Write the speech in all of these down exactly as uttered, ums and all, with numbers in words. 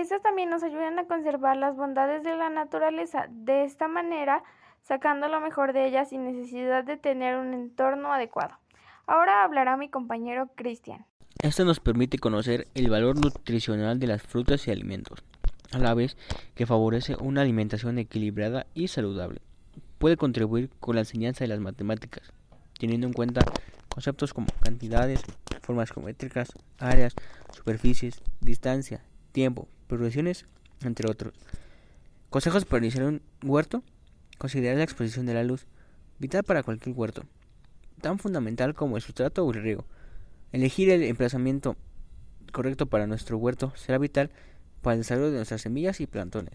Estas también nos ayudan a conservar las bondades de la naturaleza, de esta manera sacando lo mejor de ellas sin necesidad de tener un entorno adecuado. Ahora hablará mi compañero Cristian. Esto nos permite conocer el valor nutricional de las frutas y alimentos, a la vez que favorece una alimentación equilibrada y saludable. Puede contribuir con la enseñanza de las matemáticas, teniendo en cuenta conceptos como cantidades, formas geométricas, áreas, superficies, distancia, tiempo, progresiones, entre otros. Consejos para iniciar un huerto: considerar la exposición de la luz, vital para cualquier huerto, tan fundamental como el sustrato o el riego. Elegir el emplazamiento correcto para nuestro huerto será vital para el desarrollo de nuestras semillas y plantones.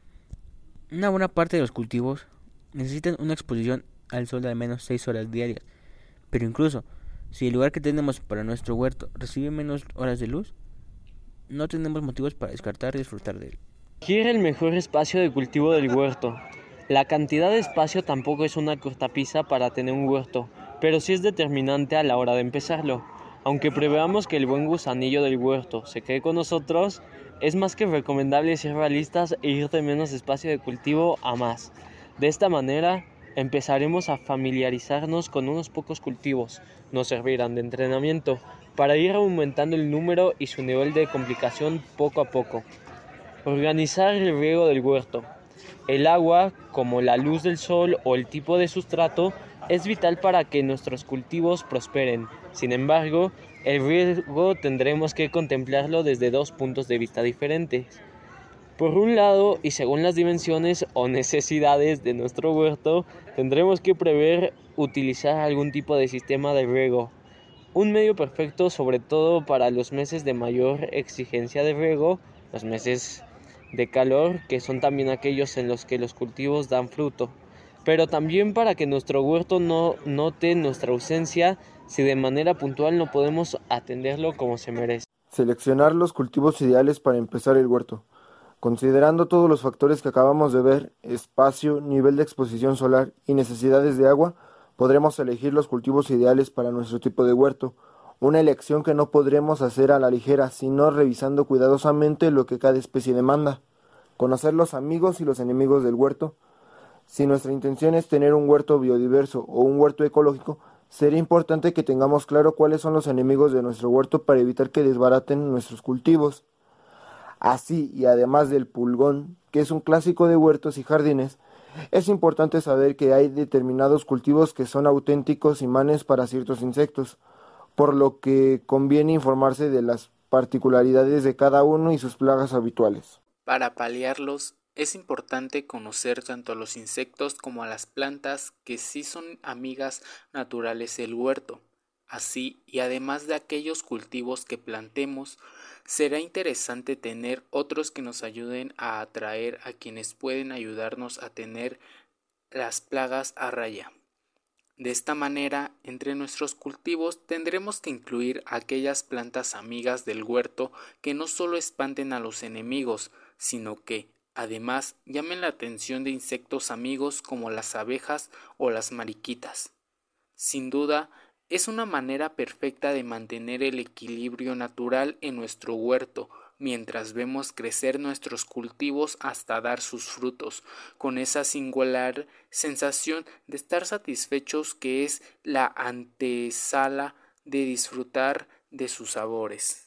Una buena parte de los cultivos necesitan una exposición al sol de al menos seis horas diarias, pero incluso si el lugar que tenemos para nuestro huerto recibe menos horas de luz, no tenemos motivos para descartar y disfrutar de él. Elegir el mejor espacio de cultivo del huerto. La cantidad de espacio tampoco es una cortapisa para tener un huerto, pero sí es determinante a la hora de empezarlo. Aunque preveamos que el buen gusanillo del huerto se quede con nosotros, es más que recomendable ser realistas e ir de menos espacio de cultivo a más. De esta manera, empezaremos a familiarizarnos con unos pocos cultivos, nos servirán de entrenamiento para ir aumentando el número y su nivel de complicación poco a poco. Organizar el riego del huerto. El agua, como la luz del sol o el tipo de sustrato, es vital para que nuestros cultivos prosperen. Sin embargo, el riego tendremos que contemplarlo desde dos puntos de vista diferentes. Por un lado, y según las dimensiones o necesidades de nuestro huerto, tendremos que prever utilizar algún tipo de sistema de riego. Un medio perfecto, sobre todo para los meses de mayor exigencia de riego, los meses de calor, que son también aquellos en los que los cultivos dan fruto, pero también para que nuestro huerto no note nuestra ausencia si de manera puntual no podemos atenderlo como se merece. Seleccionar los cultivos ideales para empezar el huerto. Considerando todos los factores que acabamos de ver, espacio, nivel de exposición solar y necesidades de agua, podremos elegir los cultivos ideales para nuestro tipo de huerto. Una elección que no podremos hacer a la ligera, sino revisando cuidadosamente lo que cada especie demanda. Conocer los amigos y los enemigos del huerto. Si nuestra intención es tener un huerto biodiverso o un huerto ecológico, sería importante que tengamos claro cuáles son los enemigos de nuestro huerto para evitar que desbaraten nuestros cultivos. Así, y además del pulgón, que es un clásico de huertos y jardines, es importante saber que hay determinados cultivos que son auténticos imanes para ciertos insectos, por lo que conviene informarse de las particularidades de cada uno y sus plagas habituales. Para paliarlos, es importante conocer tanto a los insectos como a las plantas que sí son amigas naturales del huerto. Así, y además de aquellos cultivos que plantemos, será interesante tener otros que nos ayuden a atraer a quienes pueden ayudarnos a tener las plagas a raya. De esta manera, entre nuestros cultivos tendremos que incluir aquellas plantas amigas del huerto que no solo espanten a los enemigos, sino que, además, llamen la atención de insectos amigos como las abejas o las mariquitas. Sin duda, es una manera perfecta de mantener el equilibrio natural en nuestro huerto, mientras vemos crecer nuestros cultivos hasta dar sus frutos, con esa singular sensación de estar satisfechos que es la antesala de disfrutar de sus sabores.